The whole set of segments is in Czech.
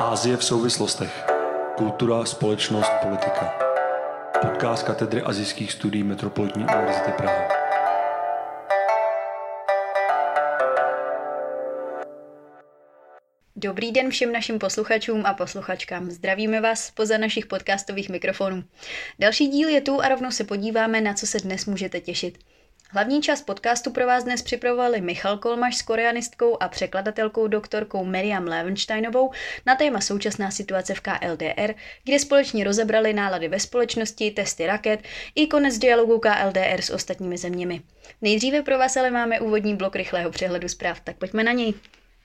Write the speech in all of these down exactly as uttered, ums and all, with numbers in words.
Asie v souvislostech. Kultura, společnost, politika. Podcast katedry asijských studií Metropolitní univerzity Praha. Dobrý den všem našim posluchačům a posluchačkám. Zdravíme vás spoza našich podcastových mikrofonů. Další díl je tu a rovnou se podíváme, na co se dnes můžete těšit. Hlavní část podcastu pro vás dnes připravovali Michal Kolmaš s koreanistkou a překladatelkou doktorkou Miriam Levensteinovou na téma současná situace v K L D R, kde společně rozebrali nálady ve společnosti, testy raket i konec dialogu K L D R s ostatními zeměmi. Nejdříve pro vás ale máme úvodní blok rychlého přehledu zpráv, tak pojďme na něj.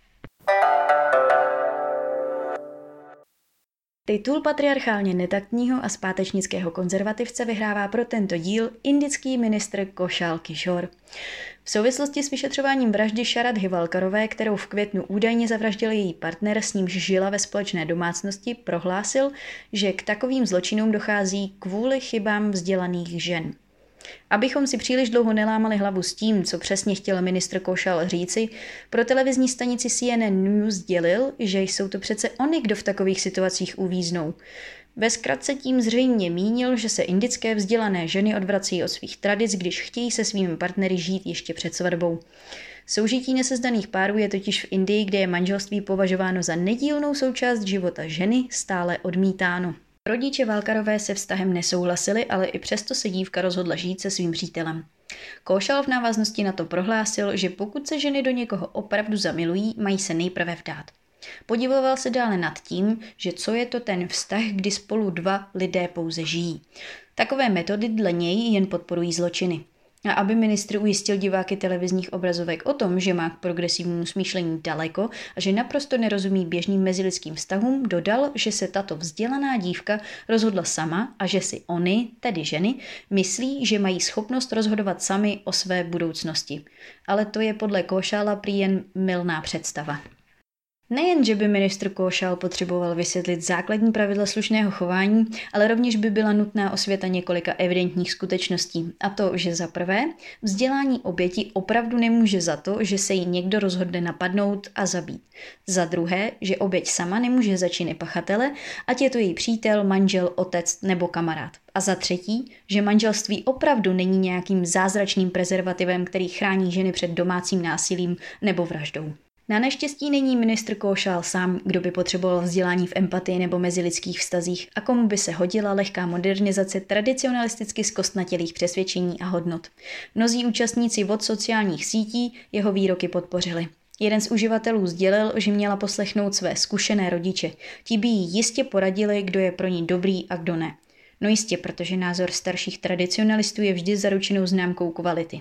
Titul patriarchálně netaktního a zpátečnického konzervativce vyhrává pro tento díl indický ministr Kushal Kishore. V souvislosti s vyšetřováním vraždy Šarat Hivalkarové, kterou v květnu údajně zavraždil její partner, s nímž žila ve společné domácnosti, prohlásil, že k takovým zločinům dochází kvůli chybám vzdělaných žen. Abychom si příliš dlouho nelámali hlavu s tím, co přesně chtěl ministr Kushal říci, pro televizní stanici C N N News sdělil, že jsou to přece oni, kdo v takových situacích uvíznou. Ve zkratce tím zřejmě mínil, že se indické vzdělané ženy odvrací od svých tradic, když chtějí se svými partnery žít ještě před svatbou. Soužití nesezdaných párů je totiž v Indii, kde je manželství považováno za nedílnou součást života ženy, stále odmítáno. Rodiče Valkarové se vztahem nesouhlasili, ale i přesto se dívka rozhodla žít se svým přítelem. Kushal v návaznosti na to prohlásil, že pokud se ženy do někoho opravdu zamilují, mají se nejprve vdát. Podivoval se dále nad tím, že co je to ten vztah, kdy spolu dva lidé pouze žijí. Takové metody dle něj jen podporují zločiny. A aby ministr ujistil diváky televizních obrazovek o tom, že má k progresivnímu smýšlení daleko a že naprosto nerozumí běžným mezilidským vztahům, dodal, že se tato vzdělaná dívka rozhodla sama a že si oni, tedy ženy, myslí, že mají schopnost rozhodovat sami o své budoucnosti. Ale to je podle Kushala prý jen mylná představa. Nejen, že by ministr Kushal potřeboval vysvětlit základní pravidla slušného chování, ale rovněž by byla nutná osvěta několika evidentních skutečností. A to, že za prvé, vzdělání oběti opravdu nemůže za to, že se jí někdo rozhodne napadnout a zabít. Za druhé, že oběť sama nemůže za činy pachatele, ať je to její přítel, manžel, otec nebo kamarád. A za třetí, že manželství opravdu není nějakým zázračným prezervativem, který chrání ženy před domácím násilím nebo vraždou. Na neštěstí není ministr Kushal sám, kdo by potřeboval vzdělání v empatii nebo mezilidských vztazích a komu by se hodila lehká modernizace tradicionalisticky zkostnatělých přesvědčení a hodnot. Mnozí účastníci vod sociálních sítí jeho výroky podpořili. Jeden z uživatelů sdělil, že měla poslechnout své zkušené rodiče. Ti by jí jistě poradili, kdo je pro ní dobrý a kdo ne. No jistě, protože názor starších tradicionalistů je vždy zaručenou známkou kvality.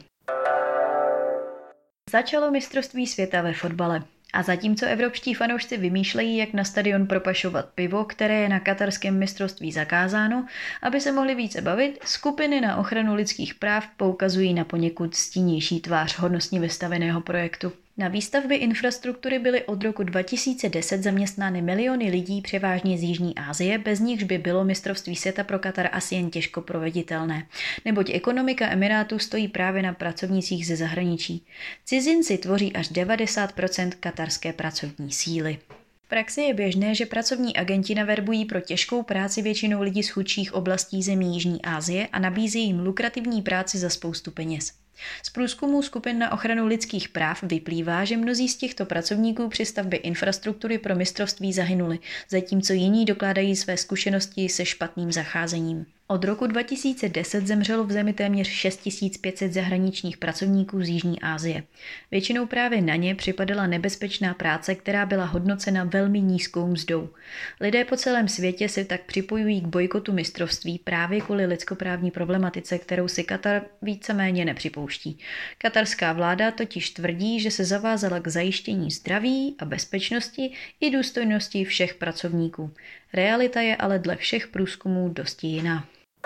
Začalo mistrovství světa ve fotbale. A zatímco evropští fanoušci vymýšlejí, jak na stadion propašovat pivo, které je na katarském mistrovství zakázáno, aby se mohli více bavit, skupiny na ochranu lidských práv poukazují na poněkud stínější tvář hodnostně vystaveného projektu. Na výstavbě infrastruktury byly od roku dva tisíce deset zaměstnány miliony lidí převážně z Jižní Asie, bez nichž by bylo mistrovství světa pro Katar asi jen těžko proveditelné. Neboť ekonomika Emirátů stojí právě na pracovnících ze zahraničí. Cizinci tvoří až devadesát procent katarské pracovní síly. V praxi je běžné, že pracovní agenti naverbují pro těžkou práci většinou lidi z chudších oblastí zemí Jižní Asie a nabízí jim lukrativní práci za spoustu peněz. Z průzkumů skupin na ochranu lidských práv vyplývá, že mnozí z těchto pracovníků při stavbě infrastruktury pro mistrovství zahynuli, zatímco jiní dokládají své zkušenosti se špatným zacházením. Od roku dva tisíce deset zemřelo v zemi téměř šest tisíc pět set zahraničních pracovníků z Jižní Asie. Většinou právě na ně připadala nebezpečná práce, která byla hodnocena velmi nízkou mzdou. Lidé po celém světě se tak připojují k bojkotu mistrovství právě kvůli lidskoprávní problematice, kterou si Katar víceméně nepřipouští. Katarská vláda totiž tvrdí, že se zavázala k zajištění zdraví a bezpečnosti i důstojnosti všech pracovníků. Realita je ale dle všech průzkumů dosti jiná.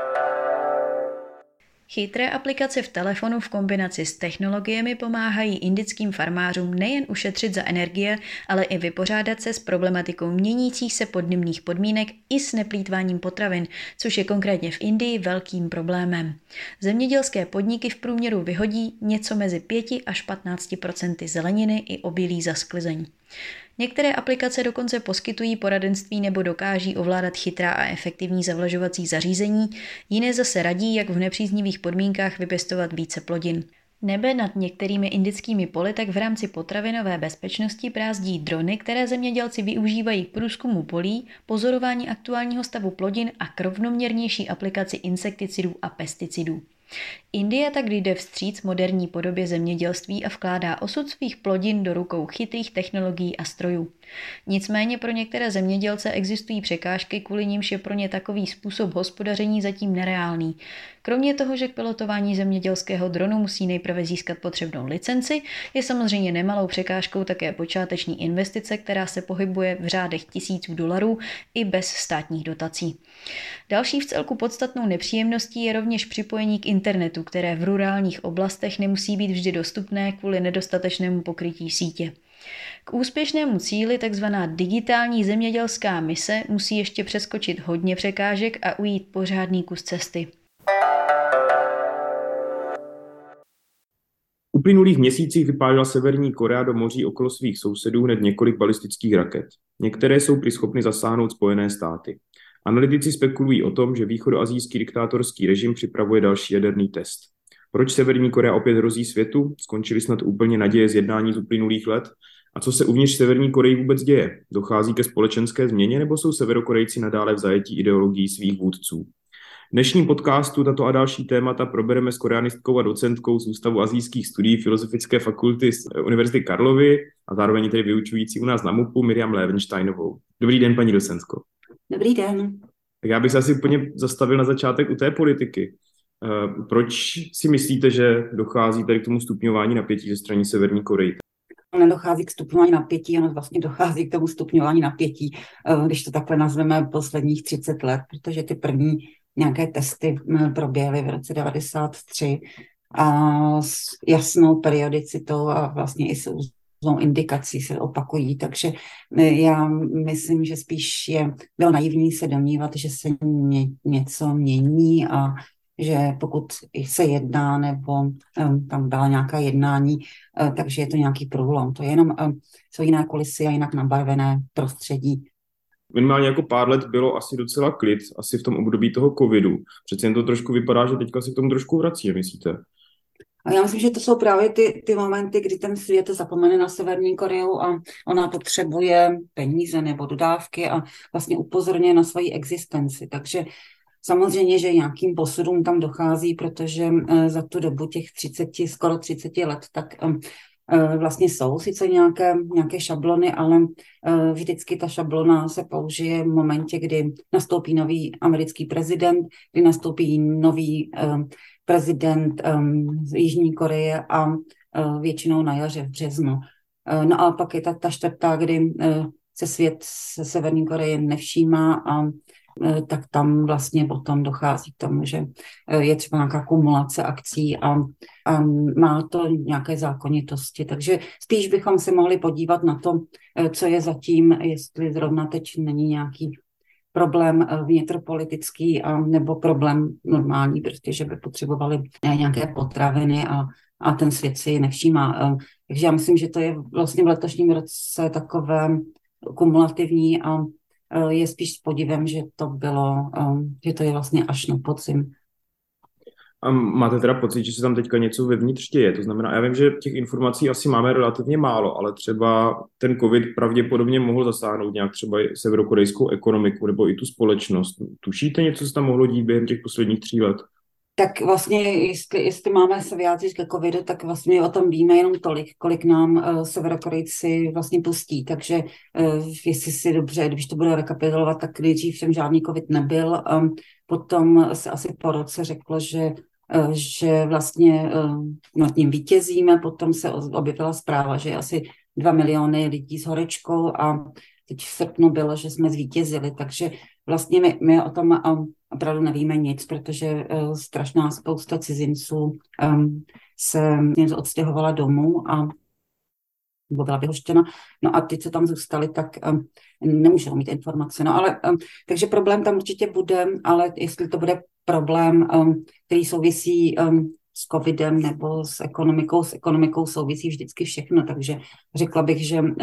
Chytré aplikace v telefonu v kombinaci s technologiemi pomáhají indickým farmářům nejen ušetřit za energie, ale i vypořádat se s problematikou měnících se podnebných podmínek i s neplýtváním potravin, což je konkrétně v Indii velkým problémem. Zemědělské podniky v průměru vyhodí něco mezi pět až patnáct procent zeleniny i obilí za sklizeň. Některé aplikace dokonce poskytují poradenství nebo dokáží ovládat chytrá a efektivní zavlažovací zařízení, jiné zase radí, jak v nepříznivých podmínkách vypěstovat více plodin. Nebe nad některými indickými poli tak v rámci potravinové bezpečnosti prázdí drony, které zemědělci využívají k průzkumu polí, pozorování aktuálního stavu plodin a k rovnoměrnější aplikaci insekticidů a pesticidů. Indie tak jde vstříc moderní podobě zemědělství a vkládá osud svých plodin do rukou chytrých technologií a strojů. Nicméně pro některé zemědělce existují překážky, kvůli nimž je pro ně takový způsob hospodaření zatím nereálný. Kromě toho, že k pilotování zemědělského dronu musí nejprve získat potřebnou licenci, je samozřejmě nemalou překážkou také počáteční investice, která se pohybuje v řádech tisíců dolarů i bez státních dotací. Další vcelku podstatnou nepříjemností je rovněž připojení k internetu, které v rurálních oblastech nemusí být vždy dostupné kvůli nedostatečnému pokrytí sítě. K úspěšnému cíli tzv. Digitální zemědělská mise musí ještě přeskočit hodně překážek a ujít pořádný kus cesty. V uplynulých měsících vypálila Severní Korea do moří okolo svých sousedů hned několik balistických raket. Některé jsou prý schopny zasáhnout Spojené státy. Analytici spekulují o tom, že východoasijský diktátorský režim připravuje další jaderný test. Proč Severní Korea opět hrozí světu? Skončily snad úplně naděje z jednání z uplynulých let? A co se uvnitř Severní Koreji vůbec děje? Dochází ke společenské změně nebo jsou Severokorejci nadále v zajetí ideologií svých vůdců? V dnešním podcastu tato a další témata probereme s koreanistkou a docentkou z Ústavu asijských studií Filozofické fakulty z Univerzity Karlovy a zároveň tedy vyučující u nás na MUPu Miriam Lévensteinovou. Dobrý den, paní docentko. Dobrý den. Tak já bych se asi úplně zastavil na začátek u té politiky. Proč si myslíte, že dochází tady k tomu stupňování napětí ze strany Severní Koreji? Nedochází k stupňování napětí, ono vlastně dochází k tomu stupňování napětí, když to takhle nazveme, posledních třicet let, protože ty první nějaké testy proběhly v roce devadesát tři a s jasnou periodicitou a vlastně i s různou indikací se opakují, takže já myslím, že spíš je bylo naivní se domnívat, že se ně, něco mění a že pokud se jedná nebo um, tam byla nějaká jednání, uh, takže je to nějaký průlom. To je jenom um, jsou jiné kulisy a jinak nabarvené prostředí. Minimálně jako pár let bylo asi docela klid, asi v tom období toho covidu. Přece jen to trošku vypadá, že teďka se k tomu trošku vrací, myslíte? A já myslím, že to jsou právě ty, ty momenty, kdy ten svět zapomene na Severní Koreu a ona potřebuje peníze nebo dodávky a vlastně upozorňuje na svoji existenci. Takže samozřejmě, že nějakým posudům tam dochází, protože za tu dobu těch třicet, skoro třicet let, tak vlastně jsou sice nějaké, nějaké šablony, ale vždycky ta šablona se použije v momentě, kdy nastoupí nový americký prezident, kdy nastoupí nový prezident z Jižní Koreje a většinou na jaře v březnu. No a pak je ta, ta čtvrtá, kdy se svět se Severní Koreje nevšímá a tak tam vlastně potom dochází k tomu, že je třeba nějaká kumulace akcí a, a má to nějaké zákonitosti. Takže spíš bychom se mohli podívat na to, co je zatím, jestli zrovna teď není nějaký problém vnitropolitický a nebo problém normální, protože by potřebovali nějaké potraviny a, a ten svět si ji nevšímá. Takže já myslím, že to je vlastně v letošním roce takové kumulativní a je spíš s podivem, že to bylo, že to je vlastně až na podzim. A máte teda pocit, že se tam teďka něco vevnitř děje? To znamená, já vím, že těch informací asi máme relativně málo, ale třeba ten covid pravděpodobně mohl zasáhnout nějak třeba severokorejskou ekonomiku nebo i tu společnost. Tušíte něco, co se tam mohlo dít během těch posledních tří let? Tak vlastně, jestli, jestli máme se vyjádřit ke covidu, tak vlastně o tom víme jenom tolik, kolik nám uh, Severokorejci vlastně pustí. Takže uh, jestli si dobře, když to bude rekapitulovat, tak nejdřív všem žádný covid nebyl. Um, potom se asi po roce řeklo, že, uh, že vlastně uh, nad tím vítězíme. Potom se objevila zpráva, že asi dva miliony lidí s horečkou a teď v srpnu bylo, že jsme zvítězili. Takže vlastně my, my o tom um, opravdu nevíme nic, protože uh, strašná spousta cizinců um, se odstěhovala domů a byla vyhoštěna. No a ty, co tam zůstali, tak um, nemůžou mít informace. No ale, um, takže problém tam určitě bude, ale jestli to bude problém, um, který souvisí um, s covidem nebo s ekonomikou, s ekonomikou souvisí vždycky všechno, takže řekla bych, že uh,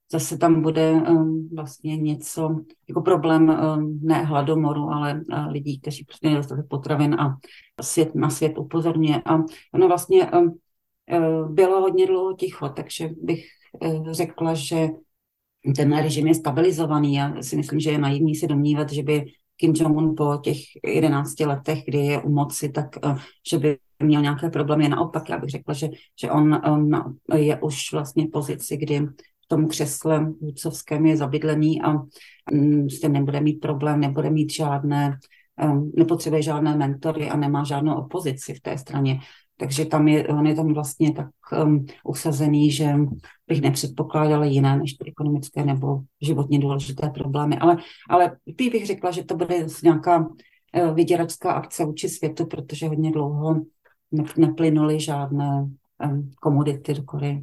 zase tam bude um, vlastně něco, jako problém um, ne hladomoru, ale uh, lidí, kteří prostě nedostatek potravin a svět na svět upozorňuje. A ono vlastně um, uh, bylo hodně dlouho ticho, takže bych uh, řekla, že ten režim je stabilizovaný. Já si myslím, že je naivní se domnívat, že by Kim Jong-un po těch jedenácti letech, kdy je u moci, tak uh, že by měl nějaké problémy. Naopak, já bych řekla, že, že on um, je už vlastně v pozici, kdy v tom křesle vůdcovském je zabydlený a um, s tím nebude mít problém, nebude mít žádné, um, nepotřebuje žádné mentory a nemá žádnou opozici v té straně. Takže tam je, on je tam vlastně tak um, usazený, že bych nepředpokládala jiné než ty ekonomické nebo životně důležité problémy. Ale, ale bych řekla, že to bude nějaká uh, vyděračská akce vůči světu, protože hodně dlouho neplynuly žádné um, komodity do Koreje.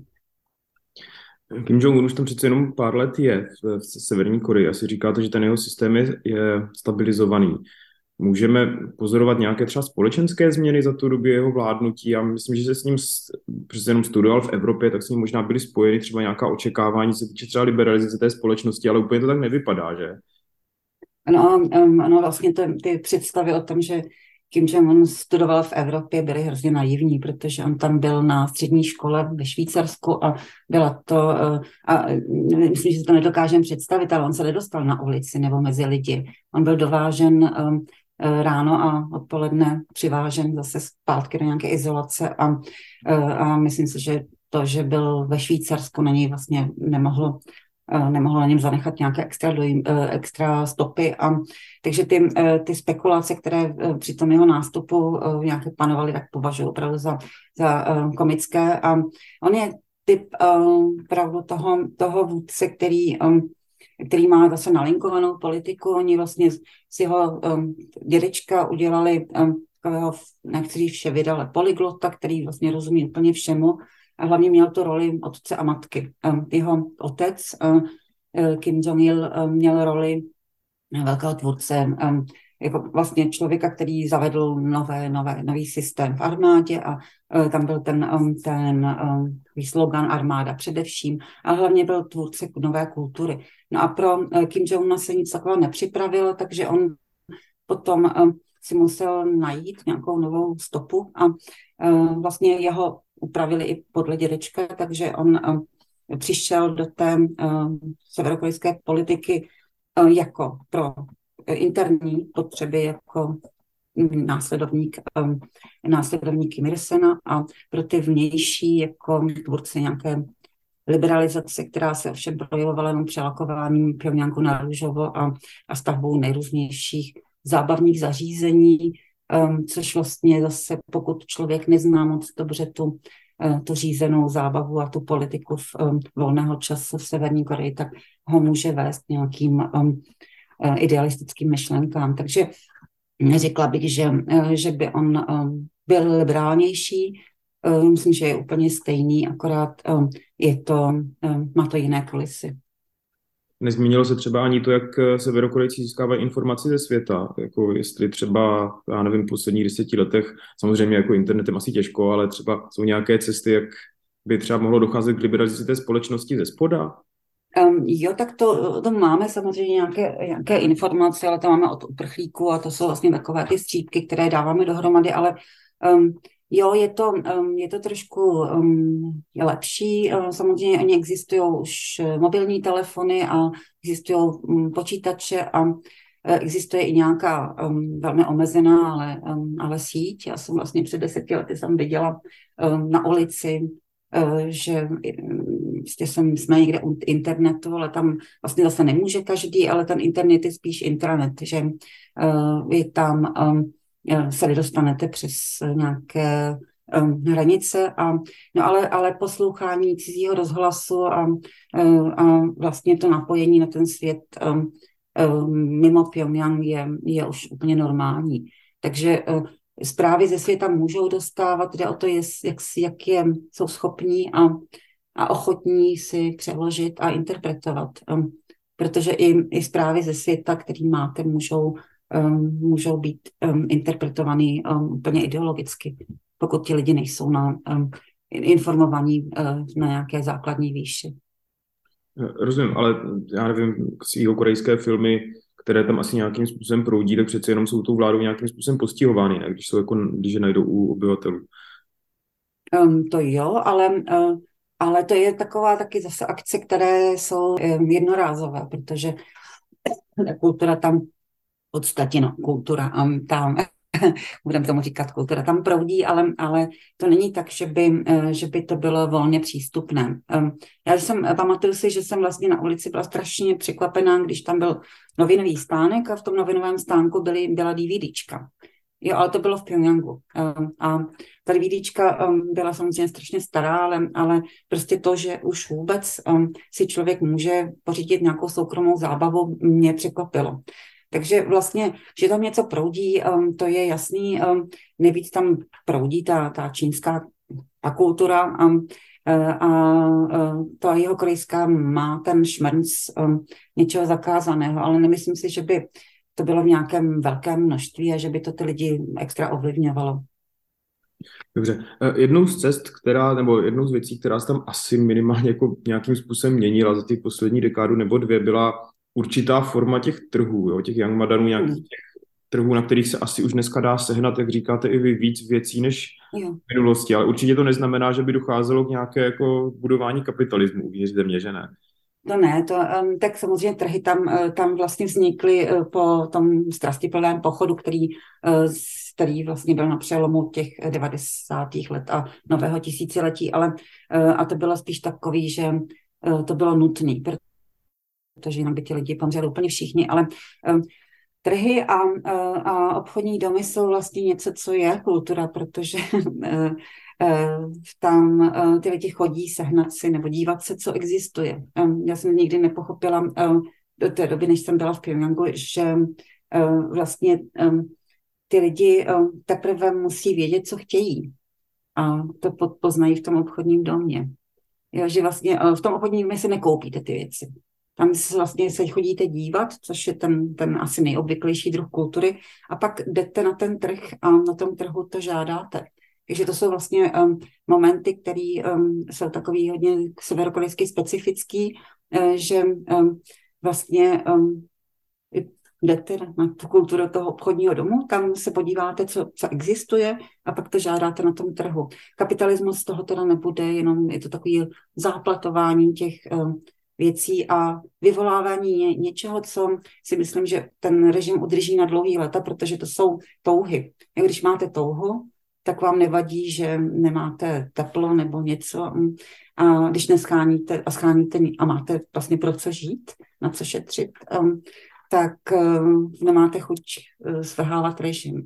Kim Jong-un už tam přece jenom pár let je v, v Severní Koreji. Asi říkáte, že ten jeho systém je, je stabilizovaný. Můžeme pozorovat nějaké třeba společenské změny za tu dobu jeho vládnutí. Já myslím, že se s ním přece jenom studoval v Evropě, tak s ním možná byly spojeny třeba nějaká očekávání, se týče třeba liberalizace té společnosti, ale úplně to tak nevypadá, že? Ano, ano vlastně to, ty představy o tom, že Kim Jong-un studoval v Evropě, byly hrozně naivní, protože on tam byl na střední škole ve Švýcarsku a byla to, a myslím, že si to nedokážeme představit, ale on se nedostal na ulici nebo mezi lidi. On byl dovážen ráno a odpoledne přivážen zase zpátky do nějaké izolace a, a myslím si, že to, že byl ve Švýcarsku, na něj vlastně nemohlo nemohlo na něm zanechat nějaké extra, dojím, extra stopy. A, takže ty, ty spekulace, které při tom jeho nástupu nějaké panovaly, tak považuji opravdu za, za komické. A on je typ pravdu toho, toho vůdce, který, který má zase nalinkovanou politiku. Oni vlastně z jeho dědečka udělali takového, nechci říct vševidale, polyglota, který vlastně rozumí úplně všemu. A hlavně měl tu roli otce a matky. Jeho otec, Kim Jong-il, měl roli velkého tvůrce, jako vlastně člověka, který zavedl nové, nové, nový systém v armádě a tam byl ten, ten slogan armáda především a hlavně byl tvůrce nové kultury. No a pro Kim Jong-una se nic takového nepřipravilo, takže on potom si musel najít nějakou novou stopu a vlastně jeho upravili i podle dědečka, takže on um, přišel do té um, severokorejské politiky um, jako pro interní potřeby, jako následovník, um, následovník Kim Il-sena a pro ty vnější jako tvůrce nějaké liberalizace, která se ovšem projevovala jenom přelakováním Pjongjangu na růžovo a, a stavbou nejrůznějších zábavních zařízení, Um, což vlastně zase, pokud člověk nezná moc dobře tu, uh, tu řízenou zábavu a tu politiku v um, volného času v Severní Koreji, tak ho může vést nějakým um, uh, idealistickým myšlenkám. Takže řekla bych, že, uh, že by on um, byl liberálnější. Uh, myslím, že je úplně stejný, akorát um, je to, um, má to jiné kulisy. Nezmínilo se třeba ani to, jak Severokorejci získávají informaci ze světa, jako jestli třeba, já nevím, v posledních deseti letech, samozřejmě jako internetem asi těžko, ale třeba jsou nějaké cesty, jak by třeba mohlo docházet k liberalizaci té společnosti ze spoda? Um, jo, tak to, to máme samozřejmě nějaké, nějaké informace, ale to máme od uprchlíků a to jsou vlastně takové ty střípky, které dáváme dohromady, ale um, jo, je to, um, je to trošku um, je lepší. Um, samozřejmě oni existují už mobilní telefony a existují um, počítače a uh, existuje i nějaká um, velmi omezená, ale, um, ale síť. Já jsem vlastně před deseti lety jsem viděla um, na ulici, uh, že vlastně jsem, jsme někde u internetu, ale tam vlastně zase nemůže každý, ale ten internet je spíš intranet, že uh, je tam um, se nedostanete přes nějaké um, hranice, a, no ale, ale poslouchání cizího rozhlasu a, a vlastně to napojení na ten svět um, um, mimo Pjongjang je, je už úplně normální. Takže uh, zprávy ze světa můžou dostávat, jde o to, jest, jak, jak je, jsou schopní a, a ochotní si přeložit a interpretovat. Um, protože i, i zprávy ze světa, které máte, můžou Um, můžou být um, interpretovaný um, úplně ideologicky, pokud ti lidi nejsou na, um, informovaní uh, na nějaké základní výši. Rozumím, ale já nevím, jihokorejské filmy, které tam asi nějakým způsobem proudí, tak přece jenom jsou tou vládou nějakým způsobem postihovány, ne? Když jsou jako, když je najdou u obyvatelů. Um, to jo, ale, uh, ale to je taková taky zase akce, které jsou um, jednorázové, protože ta kultura tam v podstatě, no, kultura um, tam, budeme tomu říkat kultura, tam proudí, ale, ale to není tak, že by, uh, že by to bylo volně přístupné. Um, já jsem, pamatuju si, že jsem vlastně na ulici byla strašně překvapená, když tam byl novinový stánek a v tom novinovém stánku byly, byla DVDčka. Jo, ale to bylo v Pyongyangu. Um, a ta DVDčka um, byla samozřejmě strašně stará, ale, ale prostě to, že už vůbec um, si člověk může pořídit nějakou soukromou zábavu, mě překvapilo. Takže vlastně, že tam něco proudí, um, to je jasný. Um, nejvíc tam proudí ta, ta čínská ta kultura um, a uh, ta jihokorejská má ten šmrnc um, něčeho zakázaného, ale nemyslím si, že by to bylo v nějakém velkém množství a že by to ty lidi extra ovlivňovalo. Dobře. Jednou z cest, která, nebo jednou z věcí, která se tam asi minimálně jako nějakým způsobem měnila za ty poslední dekádu nebo dvě, byla určitá forma těch trhů, jo, těch Yangmadanů, nějakých Hmm. těch trhů, na kterých se asi už dneska dá sehnat, jak říkáte, i vy víc věcí než Jo. v minulosti, ale určitě to neznamená, že by docházelo k nějaké jako budování kapitalismu uvnitř země, že ne? To ne, to, um, tak samozřejmě trhy tam, uh, tam vlastně vznikly uh, po tom strastiplném pochodu, který, uh, s- který vlastně byl na přelomu těch devadesátých let a nového tisíciletí, ale uh, a to bylo spíš takový, že uh, to bylo nutné, protože jinak by ti lidi pomřeli úplně všichni, ale um, trhy a, a, a obchodní domy jsou vlastně něco, co je kultura, protože uh, uh, tam uh, ty lidi chodí sehnat si nebo dívat se, co existuje. Um, já jsem nikdy nepochopila um, do té doby, než jsem byla v Pyongyangu, že uh, vlastně um, ty lidi um, teprve musí vědět, co chtějí. A to po- poznají v tom obchodním domě. Jo, že vlastně uh, v tom obchodním domě si nekoupíte ty věci. Tam se vlastně se chodíte dívat, což je ten, ten asi nejobvyklejší druh kultury, a pak jdete na ten trh a na tom trhu to žádáte. Takže to jsou vlastně um, momenty, které um, jsou takový hodně severokorejsky specifický, uh, že um, vlastně um, jdete na tu kulturu toho obchodního domu, tam se podíváte, co, co existuje, a pak to žádáte na tom trhu. Kapitalismus z toho teda nebude, jenom je to takový záplatování těch um, věcí a vyvolávání ně, něčeho, co si myslím, že ten režim udrží na dlouhý léta, protože to jsou touhy. A když máte touhu, tak vám nevadí, že nemáte teplo nebo něco. A když nescháníte a scháníte a máte vlastně pro co žít, na co šetřit, um, tak um, nemáte chuť uh, svrhávat režim.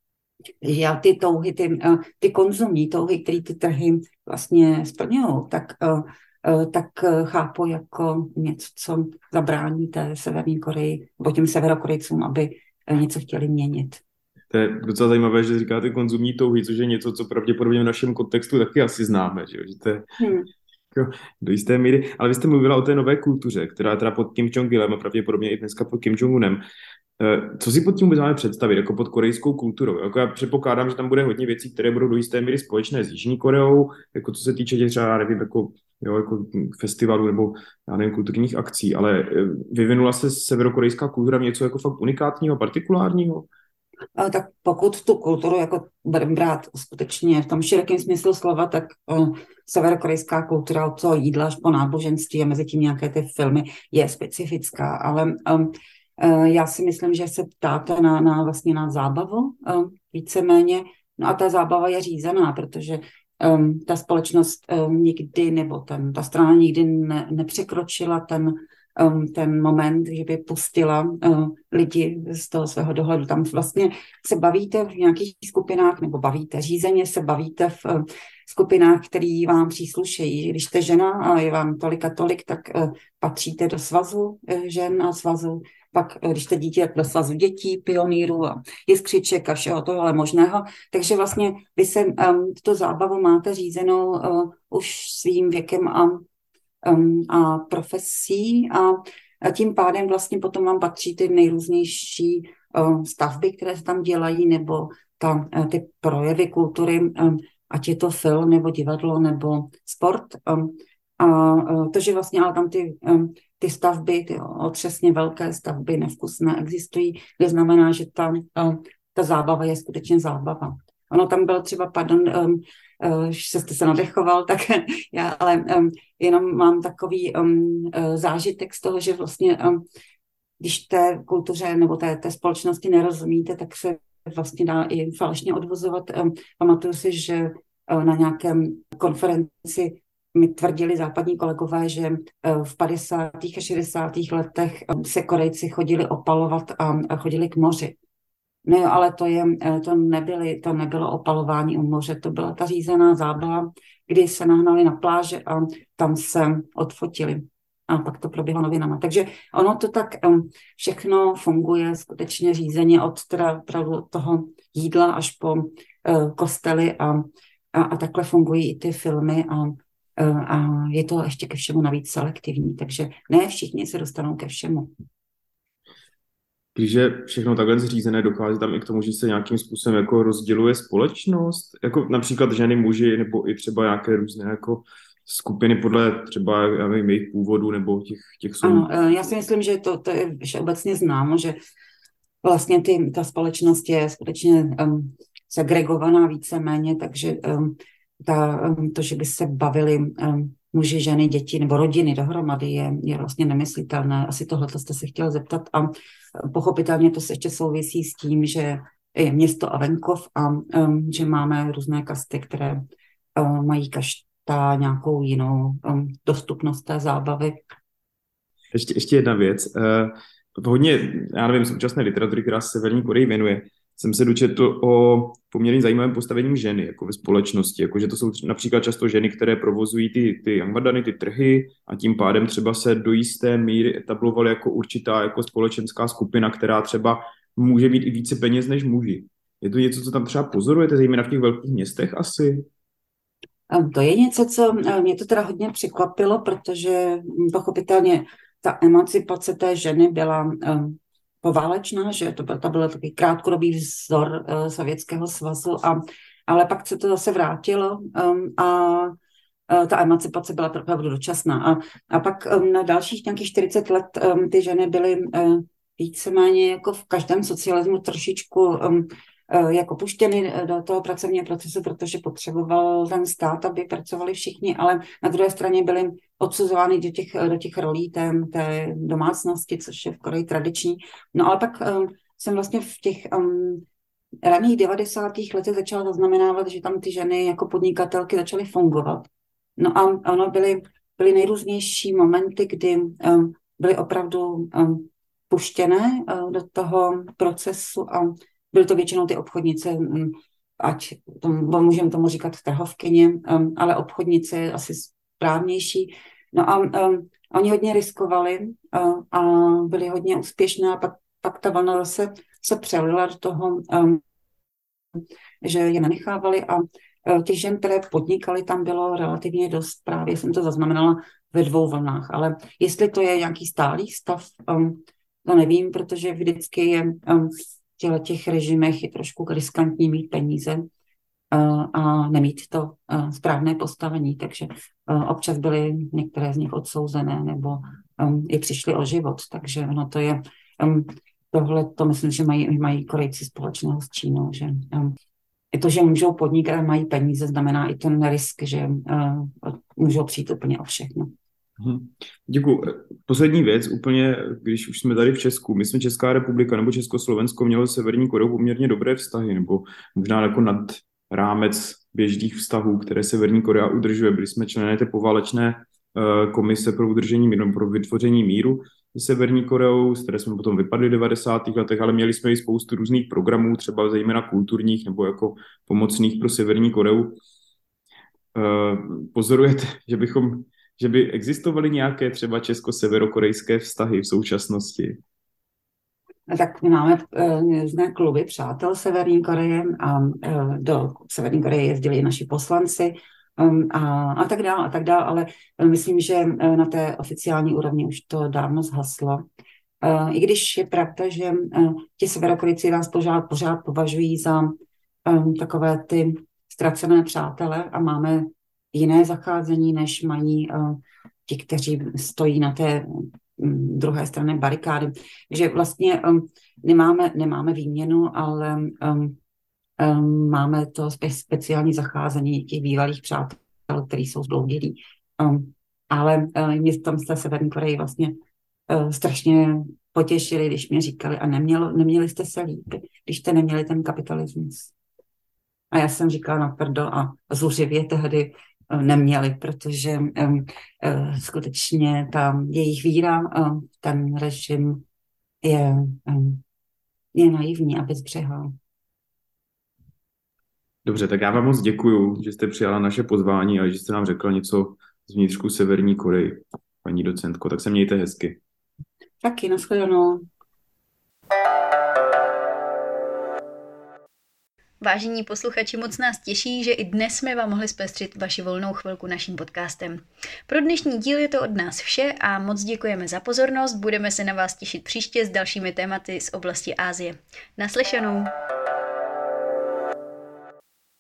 Já ty touhy, ty, uh, ty konzumní touhy, které ty trhy vlastně splňují, tak uh, tak chápu jako něco, co zabrání té Severní Koreji, nebo těm Severokorejcům, aby něco chtěli měnit. To je docela zajímavé, že říkáte konzumní touhy, což je něco, co pravděpodobně v našem kontextu taky asi známe, že, že to je Hmm. jako do jisté míry. Ale vy jste mluvila o té nové kultuře, která je teda pod Kim Jong-ilem a pravděpodobně i dneska pod Kim Jong-unem. Co si pod tím máme představit, jako pod korejskou kulturou? Jako já předpokládám, že tam bude hodně věcí, které budou do jisté míry společné s Jižní Koreou, jako co se týče těch třeba, já nevím, jako, jo, jako festivalů nebo já nevím, kulturních akcí, ale vyvinula se severokorejská kultura v něco jako fakt unikátního, partikulárního? Ale tak pokud tu kulturu jako budeme brát skutečně v tom širokém smyslu slova, tak uh, severokorejská kultura od toho jídla až po náboženství a mezi tím nějaké ty filmy je specifická, ale um, uh, já si myslím, že se ptáte na, na vlastně na zábavu um, víceméně, no a ta zábava je řízená, protože um, ta společnost um, nikdy, nebo ten, ta strana nikdy ne, nepřekročila ten Um, ten moment, že by pustila uh, lidi z toho svého dohledu. Tam vlastně se bavíte v nějakých skupinách, nebo bavíte, řízeně se bavíte v uh, skupinách, které vám příslušejí. Když jste žena a je vám tolik a tolik, tak uh, patříte do svazu uh, žen a svazu. Pak, uh, když jste dítě, do svazu dětí, pionýrů a jiskřiček a všeho tohle možného. Takže vlastně vy se um, tu zábavu máte řízenou uh, už svým věkem a Um, a profesí a, a tím pádem vlastně potom vám patří ty nejrůznější um, stavby, které se tam dělají, nebo ta, ty projevy kultury, um, ať je to film, nebo divadlo, nebo sport. Um, A to, že vlastně ale tam ty, ty stavby, ty otřesně velké stavby nevkusné existují, to znamená, že ta, ta zábava je skutečně zábava. Ono tam bylo třeba, pardon, um, že jste se nadechoval, tak já ale um, jenom mám takový um, zážitek z toho, že vlastně, um, když té kultuře nebo té, té společnosti nerozumíte, tak se vlastně dá i falešně odvozovat. Um, pamatuju si, že uh, na nějakém konferenci mi tvrdili západní kolegové, že v padesátých a šedesátých letech se Korejci chodili opalovat a chodili k moři. No jo, ale to, je, to, nebyly, to nebylo opalování u moře, to byla ta řízená zábava, kdy se nahnali na pláže a tam se odfotili. A pak to proběhlo novinama. Takže ono to tak všechno funguje skutečně řízeně od teda toho jídla až po kostely a, a, a takhle fungují i ty filmy a a je to ještě ke všemu navíc selektivní, takže ne všichni se dostanou ke všemu. Když je všechno takhle zřízené, dochází tam i k tomu, že se nějakým způsobem jako rozděluje společnost, jako například ženy, muži, nebo i třeba nějaké různé jako skupiny podle třeba já nevím, jejich původu nebo těch, těch Ano, já si myslím, že to, to je všeobecně známo, že vlastně ty, ta společnost je skutečně um, segregovaná víceméně, takže um, Ta, to, že by se bavili um, muži, ženy, děti nebo rodiny dohromady, je, je vlastně nemyslitelné. Asi tohle jste se chtěl zeptat a pochopitelně to se ještě souvisí s tím, že je město a venkov a um, že máme různé kasty, které um, mají každá nějakou jinou um, dostupnost té zábavy. Ještě, ještě jedna věc. Uh, hodně, já nevím, současné literatury, která se Severní Koreji věnuje, jsem se dočetl o poměrně zajímavém postavení ženy jako ve společnosti, jako že to jsou například často ženy, které provozují ty, ty yangmadany, ty trhy a tím pádem třeba se do jisté míry etablovaly jako určitá jako společenská skupina, která třeba může mít i více peněz než muži. Je to něco, co tam třeba pozorujete, zejména v těch velkých městech asi? To je něco, co mě to teda hodně překvapilo, protože pochopitelně ta emancipace té ženy byla poválečná, že to byl, to byl takový krátkodobý vzor uh, Sovětského svazu, a, ale pak se to zase vrátilo um, a uh, ta emancipace byla opravdu dočasná. A, a pak um, na dalších nějakých čtyřicet let um, ty ženy byly uh, víceméně jako v každém socialismu trošičku um, uh, jako puštěny do toho pracovního procesu, protože potřeboval ten stát, aby pracovali všichni, ale na druhé straně byly odsuzovány do těch, do těch rolí té, té domácnosti, což je v Koreji tradiční. No ale pak um, jsem vlastně v těch um, raných devadesátých letech začala zaznamenávat, že tam ty ženy jako podnikatelky začaly fungovat. No a ono byly, byly nejrůznější momenty, kdy um, byly opravdu um, puštěné uh, do toho procesu a byly to většinou ty obchodnice, um, ať tomu, můžeme tomu říkat trhovkyně, um, ale obchodnice asi správnější. No a um, oni hodně riskovali uh, a byli hodně úspěšní a pak, pak ta vlna zase se přelila do toho, um, že je nenechávali a uh, těch žen, které podnikaly, tam bylo relativně dost, právě jsem to zaznamenala ve dvou vlnách, ale jestli to je nějaký stálý stav, um, to nevím, protože vždycky je um, v těch režimech je trošku riskantní mít peníze a nemít to správné postavení, takže občas byly některé z nich odsouzené nebo um, i přišly o život, takže no to je um, tohle, to myslím, že mají, mají Korejci společného s Čínou, že um, i to, že můžou podnikat a mají peníze, znamená i ten risk, že uh, můžou přijít úplně o všechno. Děkuji. Poslední věc, úplně, když už jsme tady v Česku, my jsme Česká republika nebo Československo mělo s Severní Koreou poměrně dobré vztahy, nebo možná jako nad rámec běžných vztahů, které Severní Korea udržuje. Byli jsme členy té poválečné uh, komise pro udržení míru, pro vytvoření míru s Severní Koreou, z které jsme potom vypadli v devadesátých letech, ale měli jsme i spoustu různých programů, třeba zejména kulturních nebo jako pomocných pro Severní Koreu. Uh, pozorujete, že bychom že by existovaly nějaké třeba česko-severokorejské vztahy v současnosti? Tak my máme různé kluby přátel Severní Koreje a do Severní Koreje jezdili i naši poslanci a, a tak dále, a tak dále, ale myslím, že na té oficiální úrovni už to dávno zhaslo. I když je pravda, že ti Severokorejci nás pořád, pořád považují za takové ty ztracené přátele a máme jiné zacházení, než mají uh, ti, kteří stojí na té um, druhé straně barikády. Takže vlastně um, nemáme, nemáme výměnu, ale um, um, máme to spe- speciální zacházení těch bývalých přátel, kteří jsou zdloudělí. Um, ale uh, mě tam z té Severní Koreji vlastně uh, strašně potěšili, když mě říkali, a nemělo, neměli jste se líp, když jste neměli ten kapitalismus. A já jsem říkala na prdel a zuřivě tehdy uh, neměli, protože um, uh, skutečně ta jejich víra, uh, ten režim je, um, je naivní a bezbřehá. Dobře, tak já vám moc děkuju, že jste přijala naše pozvání a že jste nám řekla něco z vnitřku Severní Koreji, paní docentko. Tak se mějte hezky. Taky, nashledanou. Vážení posluchači, moc nás těší, že i dnes jsme vám mohli zpestřit vaši volnou chvilku naším podcastem. Pro dnešní díl je to od nás vše a moc děkujeme za pozornost. Budeme se na vás těšit příště s dalšími tématy z oblasti Asie. Naslyšenou.